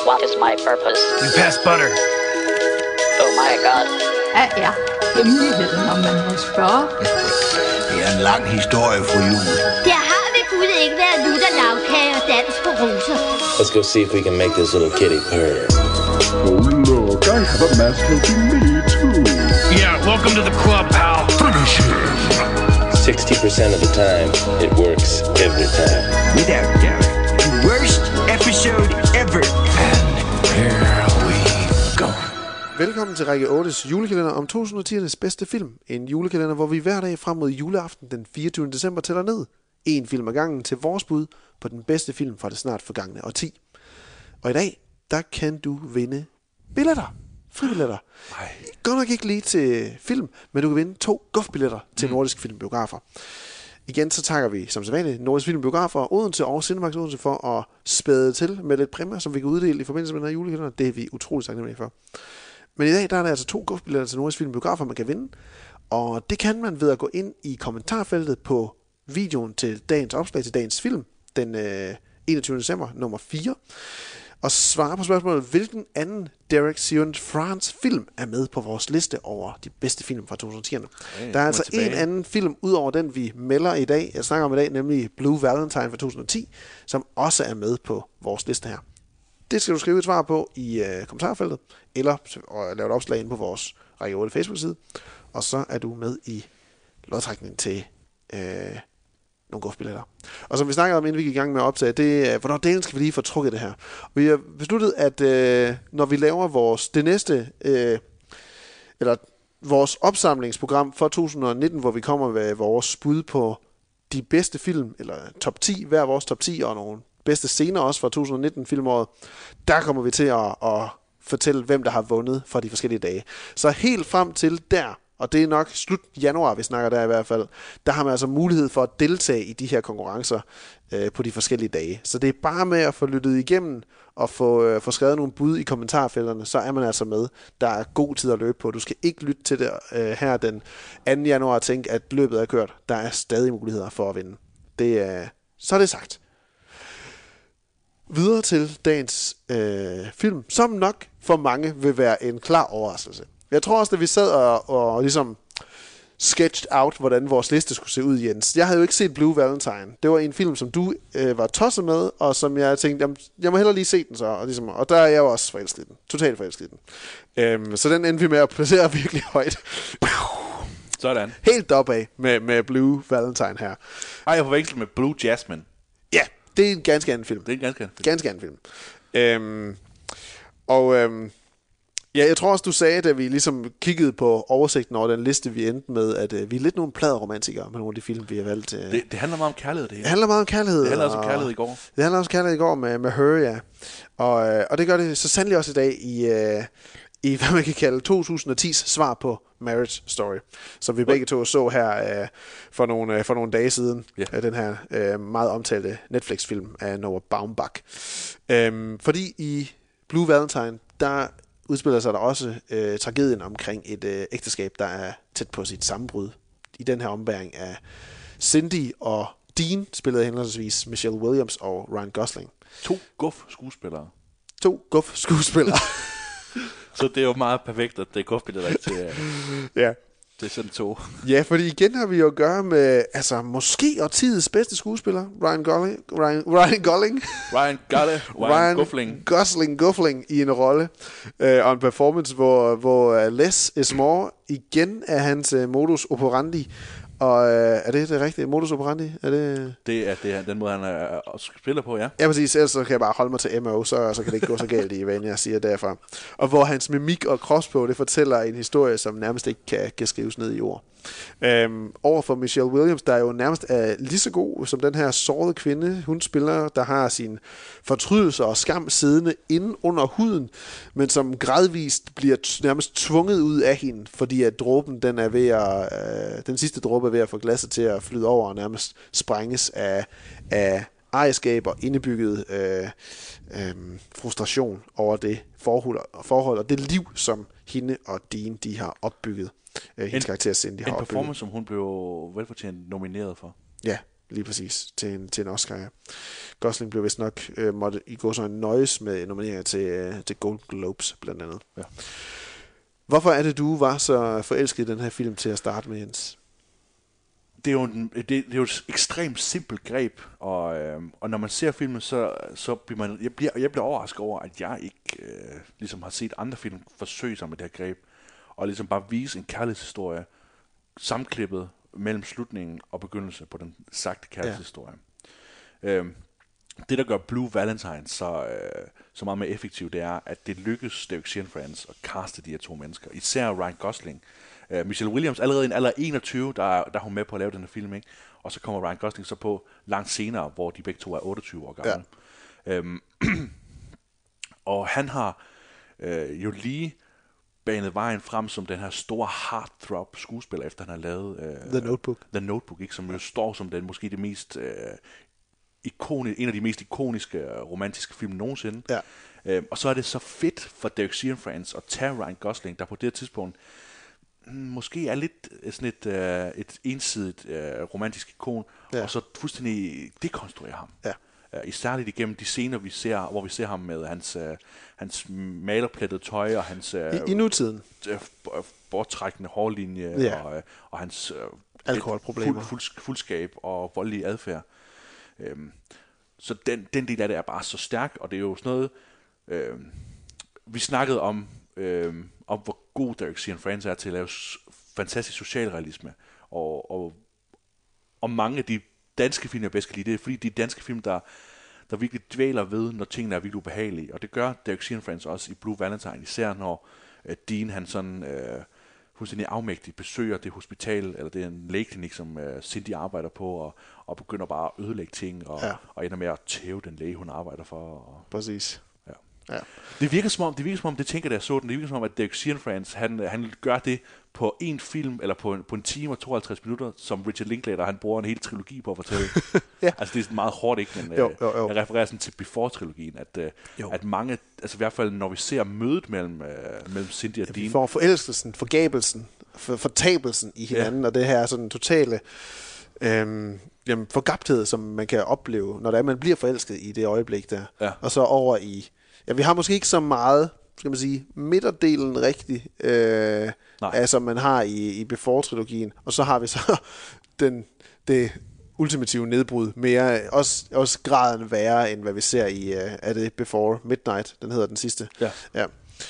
What is my purpose? You pass butter. Oh my god. Hvad er hemmeligheden, om man må spørge? Det er en lang historie, fru Jul. Der har ved Gud ikke været lutter lavkage og dans på roser. Let's go see if we can make this little kitty purr. Oh look, I have a mask helping me too. Yeah, welcome to the club, pal. Finish him. 60% of the time, it works every time. Without doubt, the worst episode ever. And here we go. Velkommen til række 8's julekalender om 2010'ernes bedste film. En julekalender, hvor vi hver dag frem mod juleaften den 24. december tæller ned. En film ad gangen til vores bud på den bedste film fra det snart forgangne årti. Og i dag, der kan du vinde billetter. Fribilletter. Godt nok ikke lige til film, men du kan vinde 2 gufbilletter til Nordisk Filmbiografer. Igen så takker vi som sædvanligt Nordisk Filmbiografer Odense og Cinemax Odense for at spæde til med lidt præmier, som vi kan uddele i forbindelse med den her julekalender. Det er vi utroligt taknemmelige for. Men i dag der er der altså 2 gufbilletter til Nordisk Filmbiografer, man kan vinde. Og det kan man ved at gå ind i kommentarfeltet på videoen til dagens opslag til dagens film, den 21. december, nummer 4. Og svare på spørgsmålet, hvilken anden Derek Cianfrance film er med på vores liste over de bedste film fra 2010'erne. Der er altså en anden film, ud over den vi melder i dag, jeg snakker om i dag, nemlig Blue Valentine fra 2010, som også er med på vores liste her. Det skal du skrive et svar på i kommentarfeltet, eller lave et opslag ind på vores række 8 Facebook-side, og så er du med i lodtrækningen til nogle gufbilletter. Og som vi snakkede om, inden vi gik i gang med at optage, det er, hvornår delen skal vi lige få trukket det her. Vi har besluttet, at når vi laver vores opsamlingsprogram for 2019, hvor vi kommer med vores bud på de bedste film, eller top 10, hver vores top 10, og nogle bedste scener også fra 2019 filmåret, der kommer vi til at fortælle, hvem der har vundet fra de forskellige dage. Så helt frem til der, og det er nok slut januar, vi snakker der i hvert fald, der har man altså mulighed for at deltage i de her konkurrencer på de forskellige dage. Så det er bare med at få lyttet igennem og få skrevet nogle bud i kommentarfelterne, så er man altså med. Der er god tid at løbe på. Du skal ikke lytte til det her den 2. januar og tænke, at løbet er kørt. Der er stadig muligheder for at vinde. Så er det sagt. Videre til dagens film, som nok for mange vil være en klar overraskelse. Jeg tror også, da vi sad og ligesom sketched out, hvordan vores liste skulle se ud, Jens. Jeg havde jo ikke set Blue Valentine. Det var en film, som du var tosset med, og som jeg tænkte, jeg må hellere lige se den så. Og der er jeg jo også forelsket i den. Totalt forelsket i den. Så den endte vi med at placere virkelig højt. Sådan. Helt opad med Blue Valentine her. Ej, jeg forveksler med Blue Jasmine. Ja, det er en ganske anden film. Det er en ganske anden film. Ganske anden film. Ja, jeg tror også, du sagde, da vi ligesom kiggede på oversigten over den liste, vi endte med, at vi er lidt nogle pladeromantikere med nogle af de film, vi har valgt. Det handler meget om kærlighed, det her. Det handler meget om kærlighed. Det handler også om kærlighed i går. Det handler også om kærlighed i går med Her, ja. Og det gør det så sandelig også i dag i hvad man kan kalde 2010's svar på Marriage Story, som vi begge to så her for nogle dage siden. Yeah. Den her meget omtalte Netflix-film af Noah Baumbach. Fordi i Blue Valentine, der udspiller sig der også tragedien omkring et ægteskab, der er tæt på sit sammenbrud. I den her ombæring af Cindy og Dean, spillede henholdsvis Michelle Williams og Ryan Gosling. 2 guf-skuespillere. 2 guf-skuespillere. Så det er jo meget perfekt, at det er guf-billetter til... Ja. Det er sådan 2. Ja, fordi igen har vi jo at gøre med, altså måske årtidets bedste skuespiller, Ryan Gosling i en rolle, og en performance, hvor less is more igen er hans modus operandi. Og er det rigtige modus operandi? Det er den måde, han spiller på, ja. Ja, præcis. Ellers så kan jeg bare holde mig til MO, så kan det ikke gå så galt i, hvad jeg siger derfra. Og hvor hans mimik og kropssprog, det fortæller en historie, som nærmest ikke kan skrives ned i ord. Overfor Michelle Williams, der er jo nærmest lige så god som den her sårede kvinde, hun spiller, der har sin fortrydelse og skam siddende inde under huden, men som gradvist bliver nærmest tvunget ud af hende, fordi at dråben, den sidste dråbe er ved at få glasset til at flyde over og nærmest sprænges af ejerskab og indebygget frustration over det forhold og det liv, som hende og Dean, de har opbygget. Hendes karakter Cindy har opbygget. En performance, som hun blev velfortjent nomineret for. Ja, lige præcis, til en Oscar. Ja. Gosling blev vist nok måtte i gå så en nøjes med nomineringer til Golden Globes, blandt andet. Ja. Hvorfor er det, du var så forelsket i den her film til at starte med, Jens? Det er jo et ekstremt simpelt greb, og når man ser filmen, så bliver jeg bliver overrasket over, at jeg ikke ligesom har set andre film forsøge sig med det her greb, og ligesom bare vise en kærlighedshistorie sammenklippet mellem slutningen og begyndelsen på den sagte kærlighedshistorie. Ja. Det, der gør Blue Valentine så meget mere effektivt, det er, at det lykkes Derek Cianfrance at caste de her to mennesker. Især Ryan Gosling. Michelle Williams allerede i en alder 21, der er hun med på at lave den her film, ikke? Og så kommer Ryan Gosling så på langt senere, hvor de begge to er 28 år gamle. Ja. Og han har jo lige banet vejen frem som den her store heartthrob skuespiller, efter han har lavet The Notebook, ikke? Som jo står som den måske det mest en af de mest ikoniske romantiske film nogensinde. Ja. Og så er det så fedt for Derek Cianfrance at tage Ryan Gosling, der på det tidspunkt måske er lidt sådan et ensidigt romantisk ikon, og så fuldstændig dekonstruere ham. Ja. Især lidt igennem de scener, hvor vi ser ham med hans malerplettede tøj og hans i nutiden borttrækkende hårlinje og hans alkoholproblemer, fuldskab og voldelig adfærd. Så den del af det er bare så stærk, og det er jo sådan noget vi snakkede om hvor god Derek Cianfrance er til at lave fantastisk socialrealisme, og mange af de danske film, jeg bedst kan lide, det er fordi de danske film, der virkelig dvæler ved, når tingene er virkelig ubehagelige, og det gør Derek Cianfrance også i Blue Valentine, især når Dean, han sådan fuldstændig afmægtigt besøger det hospital, eller det er en lægeklinik, som Cindy arbejder på, og begynder bare at ødelægge ting, og ender med at tæve den læge, hun arbejder for. Præcis. Ja. Det virker som om, det tænker, da jeg så den, det virker som om, at Derek Cianfrance, han gør det på en film, eller på en time og 52 minutter, som Richard Linklater, han bruger en hel trilogi på at fortælle. Ja. Altså, det er meget hårdt, ikke? Men jeg refererer sådan til Before-trilogien, at mange, altså i hvert fald, når vi ser mødet mellem Cindy og Dean. Vi får forelskelsen, forgabelsen, fortabelsen i hinanden, og det her er sådan en totale forgabthed, som man kan opleve, når det er, man bliver forelsket i det øjeblik der. Ja. Og så over i... Ja, vi har måske ikke så meget, skal man sige, midterdelen rigtig, altså man har i Before-trilogien, og så har vi så det ultimative nedbrud mere, også graden værre, end hvad vi ser i, er det Before Midnight, den hedder den sidste. Ja.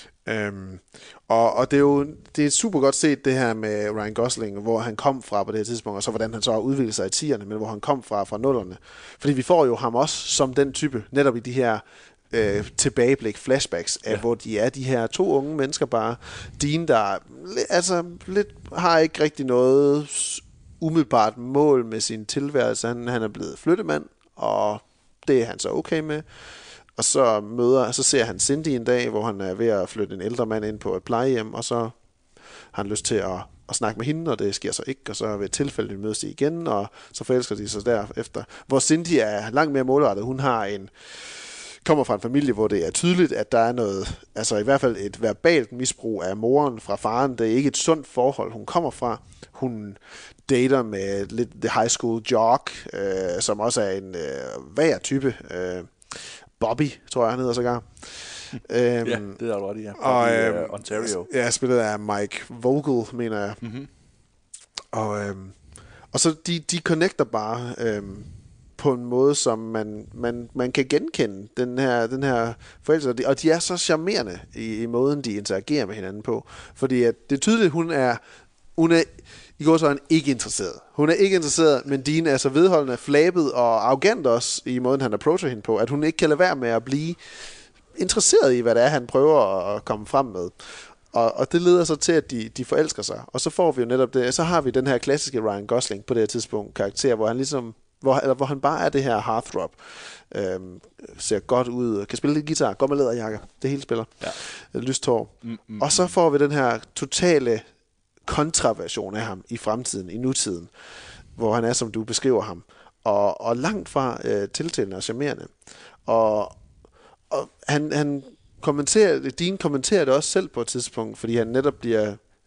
Og det er super godt set det her med Ryan Gosling, hvor han kom fra på det her tidspunkt, og så hvordan han så har udviklet sig i 10'erne, men hvor han kom fra nullerne. Fordi vi får jo ham også som den type, netop i de her tilbageblik, flashbacks, hvor de er de her to unge mennesker bare. Dean, der altså lidt har ikke rigtig noget umiddelbart mål med sin tilværelse. Han er blevet flyttemand, og det er han så okay med. Og så ser han Cindy en dag, hvor han er ved at flytte en ældre mand ind på et plejehjem, og så har han lyst til at snakke med hende, og det sker så ikke, og så ved et tilfælde mødes de igen, og så forelsker de sig derefter. Hvor Cindy er langt mere målrettet. Hun kommer fra en familie, hvor det er tydeligt, at der er noget, altså i hvert fald et verbalt misbrug af moren fra faren. Det er ikke et sundt forhold, hun kommer fra. Hun dater med lidt the high school jock, som også er en vær type. Bobby, tror jeg, han hedder sågar. Ja, det er der ret i, ja. Og Ontario. Ja, spillet af Mike Vogel, mener jeg. Mm-hmm. Og så de connecter bare på en måde, som man kan genkende den her forældre, og de er så charmerende i måden, de interagerer med hinanden på. Fordi at det er tydeligt, hun er i går så er han ikke interesseret. Hun er ikke interesseret, men Dean er så vedholdende, flabet og arrogant også i måden, han approacher hende på, at hun ikke kan lade være med at blive interesseret i, hvad det er, han prøver at komme frem med. Og det leder så til, at de forelsker sig. Og så får vi jo netop det, så har vi den her klassiske Ryan Gosling på det her tidspunkt, karakter, hvor han ligesom hvor han bare er det her heartthrob, ser godt ud, kan spille lidt guitar, går med læderjakker, det hele spiller, lyst hår. Og så får vi den her totale kontraversion af ham i fremtiden, i nutiden, hvor han er, som du beskriver ham, og langt fra tiltalende og charmerende. Og han Dean kommenterer det også selv på et tidspunkt, fordi han netop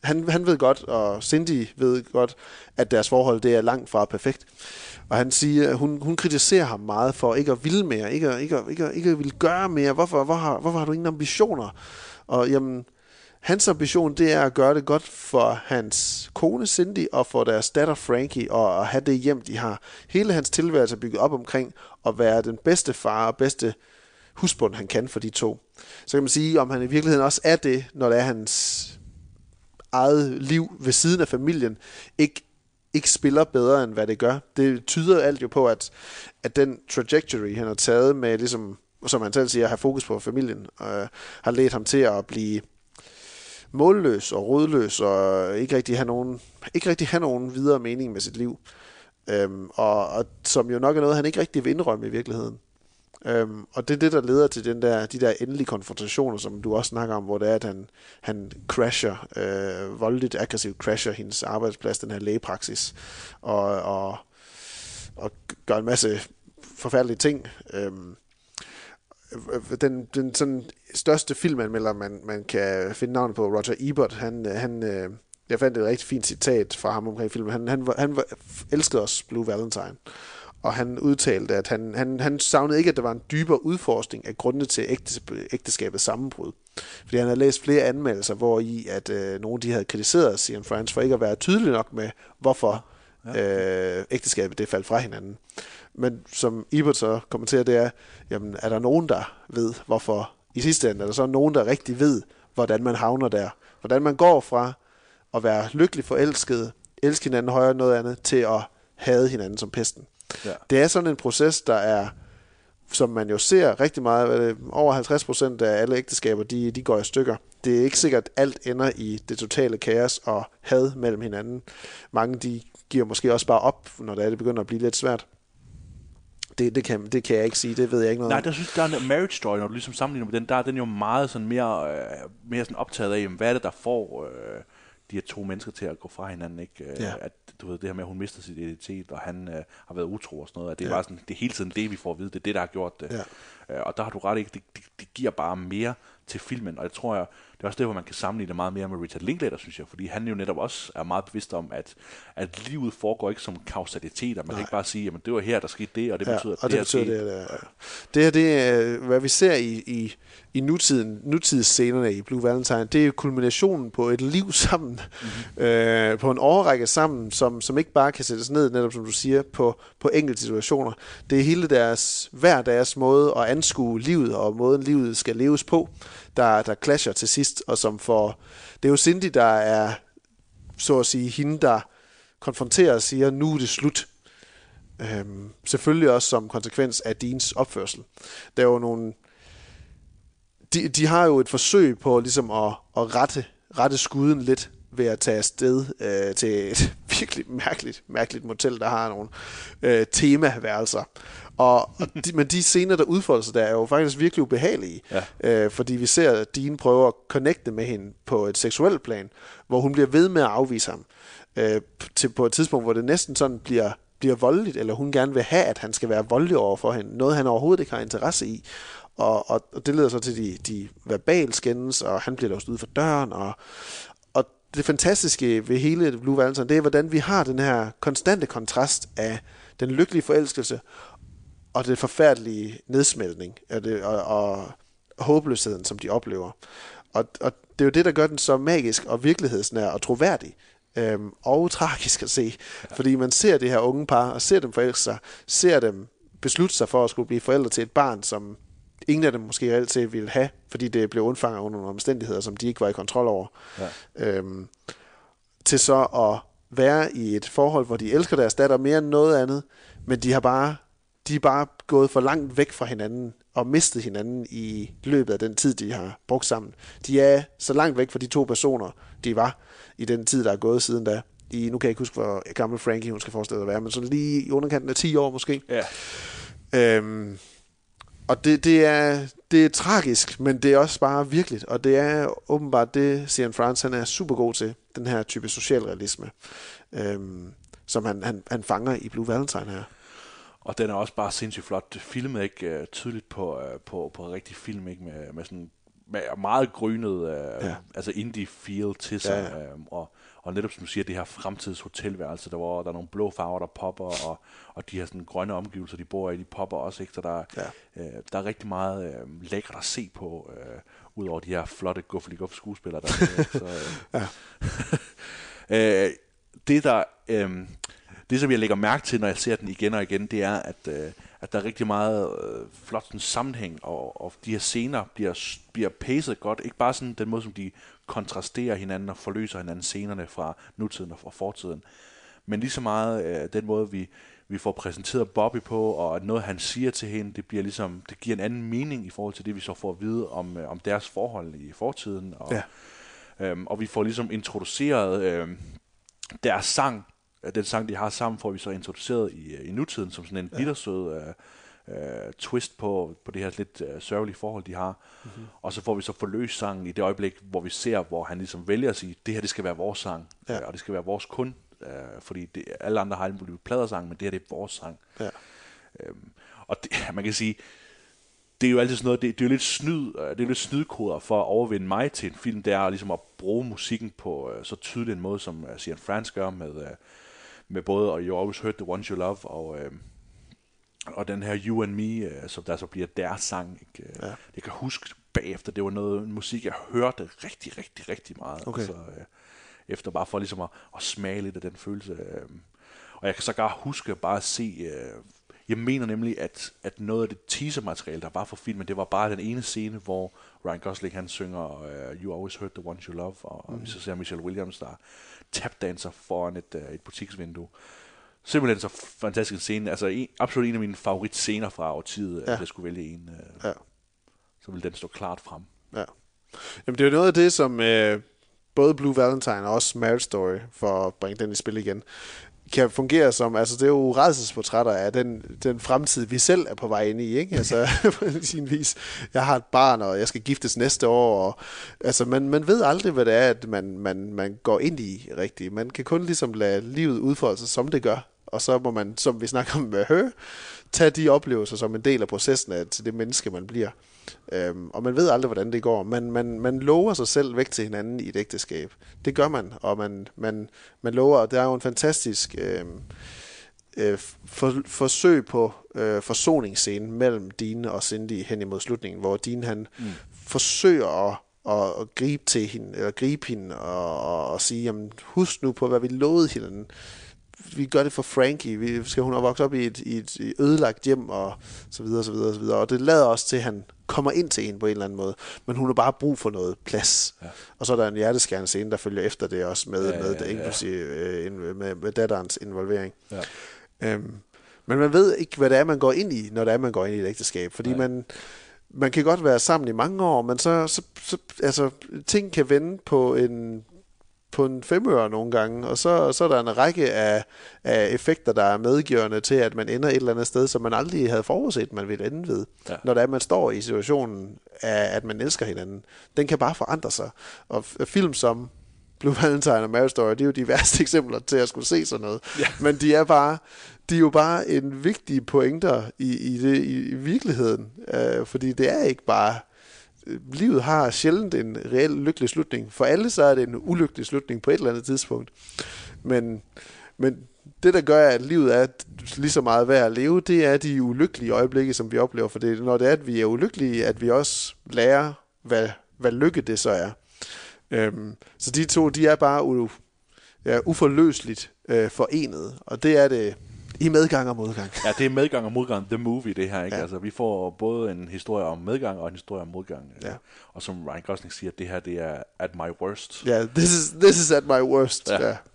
han ved godt, og Cindy ved godt, at deres forhold det er langt fra perfekt. Og han siger, hun kritiserer ham meget for ikke at ville mere, ikke at ville gøre mere. Hvorfor har du ingen ambitioner? Og jamen, hans ambition, det er at gøre det godt for hans kone Cindy og for deres datter Frankie og at have det hjem, de har. Hele hans tilværelse er bygget op omkring at være den bedste far og bedste husbund, han kan for de to. Så kan man sige, om han i virkeligheden også er det, når det er hans eget liv ved siden af familien, ikke spiller bedre, end hvad det gør. Det tyder alt jo på, at den trajectory, han har taget med, ligesom, som han selv siger, at have fokus på familien, har ledt ham til at blive målløs og rodløs, og ikke rigtig have nogen videre mening med sit liv. Og som jo nok er noget, han ikke rigtig vil indrømme i virkeligheden. Og det er det, der leder til de der endelige konfrontationer, som du også snakker om, hvor det er, at han crasher, voldeligt aggressivt crasher hendes arbejdsplads, den her lægepraksis, og gør en masse forfærdelige ting. Den sådan største filmanmelder, man kan finde navnet på, Roger Ebert, jeg fandt et rigtig fint citat fra ham omkring filmen. Han elskede også Blue Valentine. Og han udtalte, at han savnede ikke, at der var en dybere udforskning af grundene til ægteskabets sammenbrud. Fordi han havde læst flere anmeldelser, hvor i at nogen de havde kritiseret Cian France for ikke at være tydelig nok med, hvorfor ægteskabet det faldt fra hinanden. Men som Ebert så kommenterer, det er, jamen er der nogen, der ved, hvorfor i sidste ende, er der så nogen, der rigtig ved, hvordan man havner der. Hvordan man går fra at være lykkelig forelsket, elske hinanden højere end noget andet, til at hade hinanden som pesten. Ja. Det er sådan en proces, der er, som man jo ser rigtig meget, over 50% af alle ægteskaber, de går i stykker. Det er ikke sikkert, at alt ender i det totale kaos og had mellem hinanden. Mange, de giver måske også bare op, når det begynder at blive lidt svært. Det kan jeg ikke sige, det ved jeg ikke noget om. Nej, der synes der er en Marriage Story, når du ligesom sammenligner med den, der er den jo meget sådan mere sådan optaget af, hvad er det, der får de her to mennesker til at gå fra hinanden, ikke? Ja. At du ved, det her med, at hun mister sin identitet, og han har været utro og sådan noget, at det er bare sådan, det er hele tiden det, vi får at vide, det er det, der har gjort det. Ja. Og der har du ret ikke, det giver bare mere til filmen, og jeg tror, det er også det, hvor man kan sammenligne det meget mere med Richard Linklater, synes jeg, fordi han jo netop også er meget bevidst om, at livet foregår ikke som kausaliteter. Man kan ikke bare sige, jamen det var her, der skete det, og det betyder og det betyder det. Det her, det er, hvad vi ser i nutidsscenerne i Blue Valentine, det er jo kulminationen på et liv sammen, på en årrække sammen, som ikke bare kan sættes ned, netop som du siger, på enkelte situationer. Det er hele hver deres måde at anskue livet, og måden livet skal leves på, der clasher til sidst, og som det er jo Cindy, der er, så at sige, hende, der konfronterer og siger, nu er det slut. Selvfølgelig også som konsekvens af Deans opførsel. Der er jo nogle de har jo et forsøg på ligesom at rette skuden lidt ved at tage afsted til et virkelig mærkeligt motel, der har nogle temaværelser. Men de scener, der udfolder sig der, er jo faktisk virkelig ubehagelige. Ja. Fordi vi ser, at Dean prøver at connecte med hende på et seksuelt plan, hvor hun bliver ved med at afvise ham. På et tidspunkt, hvor det næsten sådan bliver voldeligt, eller hun gerne vil have, at han skal være voldelig over for hende. Noget, han overhovedet ikke har interesse i. Og det leder så til de verbal skændes, og han bliver låst ude for døren, og det fantastiske ved hele Blue Valentine, det er, hvordan vi har den her konstante kontrast af den lykkelige forelskelse og det forfærdelige nedsmeltning og håbløsheden, som de oplever. Og det er jo det, der gør den så magisk og virkelighedsnær og troværdig. Og tragisk at se. Fordi man ser det her unge par, og ser dem forelske sig, ser dem beslutte sig for at skulle blive forældre til et barn, som ingen af dem måske reelt set ville have, fordi det blev undfanget under nogle omstændigheder, som de ikke var i kontrol over. Ja. Til så at være i et forhold, hvor de elsker deres datter mere end noget andet, men de er bare gået for langt væk fra hinanden og mistet hinanden i løbet af den tid, de har brugt sammen. De er så langt væk fra de to personer, de var i den tid, der er gået siden da. Nu kan jeg ikke huske, hvor gammel Frankie hun skal forestille at være, men så lige i underkanten af 10 år måske. Ja. Og det er tragisk, men det er også bare virkeligt, og det er åbenbart det, Cian France, han er super god til, den her type socialrealisme, som han fanger i Blue Valentine her. Og den er også bare sindssygt flot filmet, ikke tydeligt på rigtig film, ikke med sådan meget grynet, altså indie feel til sig, og netop som du siger, det her fremtidshotelværelse, der er nogle blå farver, der popper, og de her sådan grønne omgivelser, de bor i, de popper også, ikke? Så der er rigtig meget lækkert at se på, udover de her flotte guffeli-guff skuespillere, der er med, det, som jeg lægger mærke til, når jeg ser den igen og igen, det er, at der er rigtig meget flot sådan sammenhæng, og de her scener bliver pacet godt. Ikke bare sådan den måde, som de kontrasterer hinanden og forløser hinanden scenerne fra nutiden og fortiden, men lige så meget den måde, vi får præsenteret Bobby på, og at noget, han siger til hende, det giver en anden mening i forhold til det, vi så får at vide om deres forhold i fortiden. Og vi får ligesom introduceret deres sang. Den sang, de har sammen, får vi så introduceret i nutiden, som sådan en bittersød twist på det her lidt sørgelige forhold, de har. Mm-hmm. Og så får vi så forløst sangen i det øjeblik, hvor vi ser, hvor han ligesom vælger at sige, det her, det skal være vores sang, og det skal være vores kun, fordi alle andre har en pladersang, men det her, det er vores sang. Ja. Og man kan sige, det er jo altid sådan noget, det er jo lidt snydkoder for at overvinde mig til en film, det er ligesom at bruge musikken på så tydelig en måde, som Cian France gør med både og You Always Heard the Ones You Love og den her You and Me, som der så bliver deres sang. Ikke? Ja. Jeg kan huske bagefter, det var noget musik, jeg hørte rigtig, rigtig, rigtig meget. Okay. Altså, efter bare for ligesom at smage lidt af den følelse. Og jeg kan så godt huske bare at se... Jeg mener nemlig, at noget af det teasermateriale, der var for filmen, det var bare den ene scene, hvor Ryan Gosling, han synger You Always Heard the Ones You Love, og vi så ser Michelle Williams, der tapdancer foran et butiksvindue. Simpelthen så fantastisk en scene. Altså absolut en af mine favoritscener fra årtiet, at jeg skulle vælge en. Så ville den stå klart frem. Ja. Jamen det er jo noget af det, som både Blue Valentine og også Marriage Story, for at bringe den i spil igen, kan fungere som, altså det er jo rædselsportrætter af den fremtid, vi selv er på vej ind i, ikke? Altså på sin vis. Jeg har et barn, og jeg skal giftes næste år, og altså man ved aldrig, hvad det er, at man går ind i rigtigt. Man kan kun ligesom lade livet udfolde sig, som det gør, og så må man, som vi snakker om med Her, tage de oplevelser som en del af processen til det menneske, man bliver. Og man ved aldrig, hvordan det går. Man lover sig selv væk til hinanden i et ægteskab. Det gør man, og man lover, og der er jo en fantastisk forsøg på forsoningsscene mellem Dean og Cindy hen imod slutningen, hvor Dean han forsøger at gribe hende og sige, jamen husk nu på, hvad vi lovede hinanden. Vi gør det for Frankie. Hun har vokset op i et ødelagt hjem og så videre, så videre, så videre. Og det lader også til, at han kommer ind til en på en eller anden måde. Men hun har bare brug for noget plads. Ja. Og så er der en hjerteskærende scene, der følger efter det også med datterens involvering. Ja. Men man ved ikke, hvad det er, man går ind i, når det er, man går ind i et ægteskab. Fordi man kan godt være sammen i mange år, men så altså, ting kan vende på en 5 øre nogle gange, og så er der en række af effekter, der er medgørende til, at man ender et eller andet sted, som man aldrig havde forudset, man ville ende ved. Ja. Når det er, man står i situationen af, at man elsker hinanden. Den kan bare forandre sig. Og film som Blue Valentine og Marriage Story, det er jo de værste eksempler til at skulle se sådan noget. Ja. Men de er jo bare en vigtig pointer i virkeligheden. Fordi det er ikke bare... Livet har sjældent en reel lykkelig slutning. For alle så er det en ulykkelig slutning på et eller andet tidspunkt. Men det, der gør, at livet er lige så meget værd at leve, det er de ulykkelige øjeblikke, som vi oplever. For det, når det er, at vi er ulykkelige, at vi også lærer, hvad lykke det så er. Så de to, de er bare uforløseligt forenet. Og det er det i medgang og modgang. Ja, det er medgang og modgang, the movie, det her, ikke? Ja. Altså, vi får både en historie om medgang og en historie om modgang. Ja. Og som Ryan Gosling siger, det her, det er at my worst. Ja, yeah, this is at my worst. Ja. Yeah.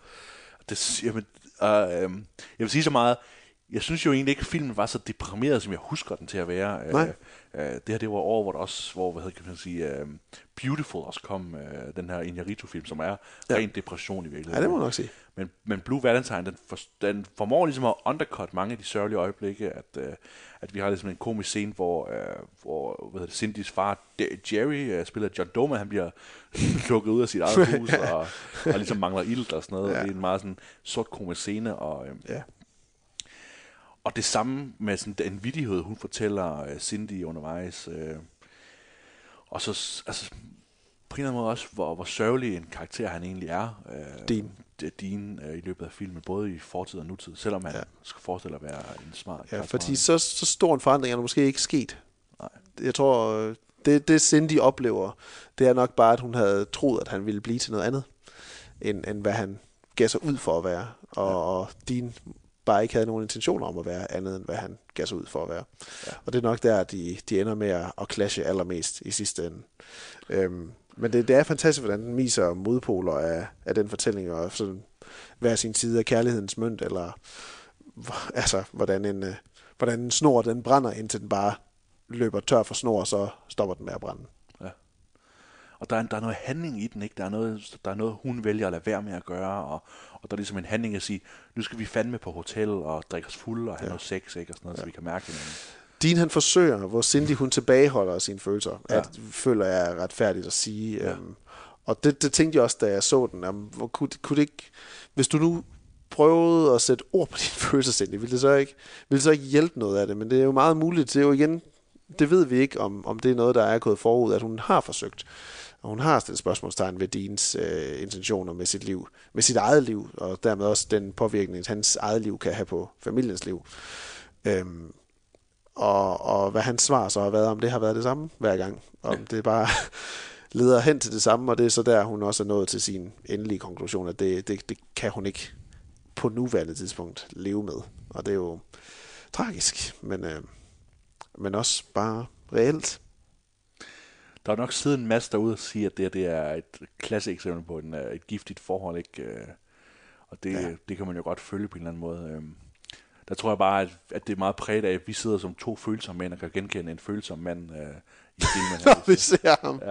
Jeg vil sige så meget, jeg synes jo egentlig ikke, at filmen var så deprimeret, som jeg husker den til at være. Nej. Det her, det var år, hvor der også, kan man sige, Beautiful også kom, den her Iñárritu-film, som er ren depression i virkeligheden. Ja, det må man nok sige. Men Blue Valentine, den formår ligesom at undercut mange af de sørgelige øjeblikke, at vi har ligesom en komisk scene, hvor Cindys far, Jerry, spiller John Doman, han bliver lukket ud af sit eget hus, og ligesom mangler ilt og sådan noget. Ja. Det er en meget sådan sort komisk scene, og det samme med sådan den vittighed, hun fortæller Cindy undervejs. Og så altså, på en eller anden måde også, hvor sørgelig en karakter han egentlig er. Dean i løbet af filmen, både i fortid og nutid, selvom han skal forestille at være en smart karakter. Fordi så stor en forandring er der måske ikke sket. Nej. Jeg tror, det Cindy oplever, det er nok bare, at hun havde troet, at han ville blive til noget andet, end hvad han gav sig ud for at være. Og Dean bare ikke havde nogen intentioner om at være andet, end hvad han gav sig ud for at være. Ja. Og det er nok der, de ender med at clashe allermest i sidste ende. Men det er fantastisk, hvordan den viser modpoler af den fortælling, og sådan hver sin side af kærlighedens mønt, eller altså, hvordan en snor, den brænder, indtil den bare løber tør for snor, og så stopper den med at brænde. Ja. Og der er noget handling i den, ikke? Der er noget, hun vælger at lade være med at gøre, og der er ligesom en handling at sige, nu skal vi fandme på hotel, og drikke os fulde, og have noget sex, ikke? Og sådan noget, så vi kan mærke hinanden. Dean han forsøger, hvor Cindy hun tilbageholder sine følelser, føler jeg er retfærdigt at sige. Ja. Og det tænkte jeg også, da jeg så den. Kunne det ikke, hvis du nu prøvede at sætte ord på dine følelser, Cindy, ville det så ikke hjælpe noget af det? Men det er jo meget muligt. Det er jo igen, det ved vi ikke, om det er noget, der er gået forud, at hun har forsøgt. Og hun har stillet spørgsmålstegn ved Deans intentioner med sit liv, med sit eget liv, og dermed også den påvirkning, hans eget liv kan have på familiens liv. Og hvad hans svar så har været, om det har været det samme hver gang. Om det bare leder hen til det samme, og det er så der, hun også er nået til sin endelige konklusion, at det kan hun ikke på nuværende tidspunkt leve med. Og det er jo tragisk, men også bare reelt. Der er nok siddet en masse derude og sige, at det er et klasseeksempel på et giftigt forhold, ikke? Og det kan man jo godt følge på en eller anden måde. Der tror jeg bare, at det er meget præget af, at vi sidder som to følsomme mænd og kan genkende en følsom mand i filmen. Når vi ser ham.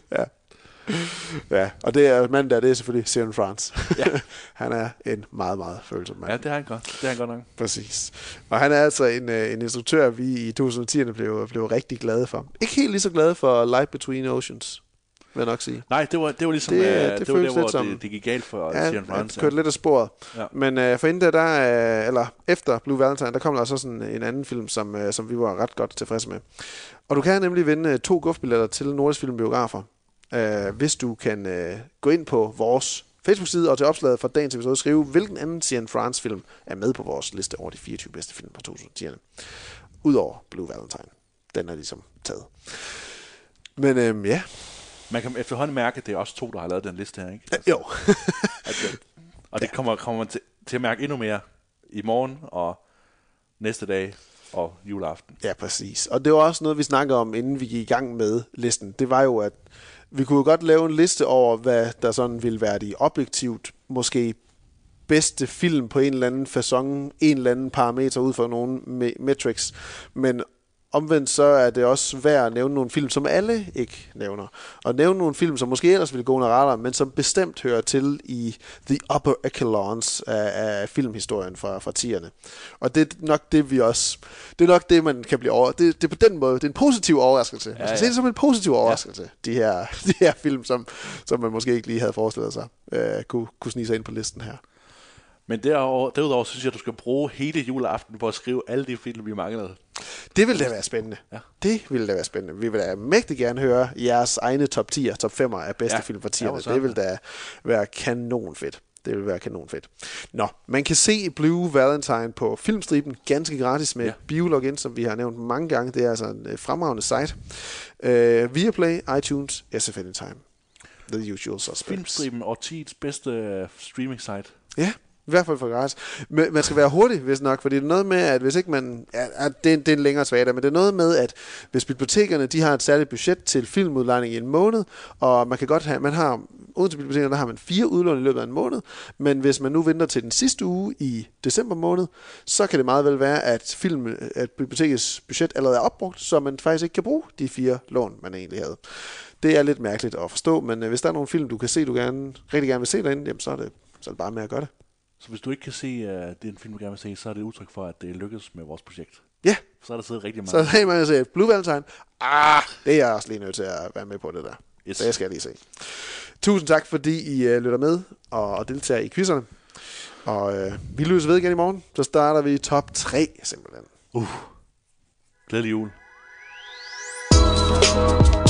Ja, og det er manden der, det er selvfølgelig Ciarán France. Ja. Han er en meget, meget følsom mand. Ja, det er han godt. Det er han godt nok. Præcis. Og han er altså en instruktør, vi i 2010'erne blev rigtig glade for. Ikke helt lige så glade for Light Between Oceans, vil jeg nok sige. Nej, det var ligesom det var der, hvor det gik galt for Ciarán France. Ja, kørte lidt af sporet. Ja. Men for inden eller efter Blue Valentine, der kom der så sådan en anden film, som vi var ret godt tilfredse med. Og du kan nemlig vinde 2 gufbilletter til Nordisk Film Biografer, hvis du kan gå ind på vores Facebook-side og til opslaget for dagens episode skrive, hvilken anden Ciarán France-film er med på vores liste over de 24 bedste film fra 2010'erne. Udover Blue Valentine. Den er ligesom taget. Men ja. Man kan efterhånden mærke, at det er også 2, der har lavet den liste her, ikke? Jo. Og det kommer man til at mærke endnu mere i morgen og næste dag og juleaften. Ja, præcis. Og det var også noget, vi snakkede om, inden vi gik i gang med listen. Det var jo, at vi kunne jo godt lave en liste over, hvad der sådan ville være de objektivt måske bedste film på en eller anden facon, en eller anden parameter ud fra nogle metrics. Men omvendt så er det også værd at nævne nogle film, som alle ikke nævner. Og nævne nogle film, som måske ellers ville gå under radar, men som bestemt hører til i the upper echelons af filmhistorien fra 10'erne. Og det er nok det, det er nok det, man kan blive over. Det er på den måde, det er en positiv overraskelse. Man skal se det som en positiv overraskelse. De her film, som man måske ikke lige havde forestillet sig, kunne snige sig ind på listen her. Men derudover synes jeg, at du skal bruge hele juleaften på at skrive alle de film, vi manglede. Det ville da være spændende. Ja. Det ville da være spændende. Vi vil da mægtig gerne høre jeres egne top 10'er, top 5'er af bedste film fra 10'erne. Det vil da være kanon fedt. Det vil være kanon fedt. Nå, man kan se Blue Valentine på Filmstriben ganske gratis med Biologin, som vi har nævnt mange gange. Det er altså en fremragende site. Viaplay, iTunes, SF Anytime. The usual suspects. Filmstriben, årtiets bedste streaming site. Ja. I hvert fald for gratis. Men man skal være hurtig, hvis nok, fordi det er noget med, at hvis ikke man... det er en længere svagere, men det er noget med, at hvis bibliotekerne de har et særligt budget til filmudlejning i en måned, og man kan godt have... Uden til bibliotekerne, der har man 4 udlån i løbet af en måned, men hvis man nu venter til den sidste uge i december måned, så kan det meget vel være, at bibliotekets budget allerede er opbrugt, så man faktisk ikke kan bruge de 4 lån, man egentlig havde. Det er lidt mærkeligt at forstå, men hvis der er nogle film, du kan se, du rigtig gerne vil se derinde, jamen, så er det bare med at gøre det. Så hvis du ikke kan se, at det er en film, du gerne vil se, så er det et udtryk for, at det lykkes med vores projekt. Ja. Så er der siddet rigtig mange. Så er man sige, Blue Valentine. Det er jeg også lige nødt til at være med på det der. Yes. Det skal jeg lige se. Tusind tak, fordi I lytter med og deltager i quizzerne. Og vi løser ved igen i morgen. Så starter vi top 3 simpelthen. Glædelig jul.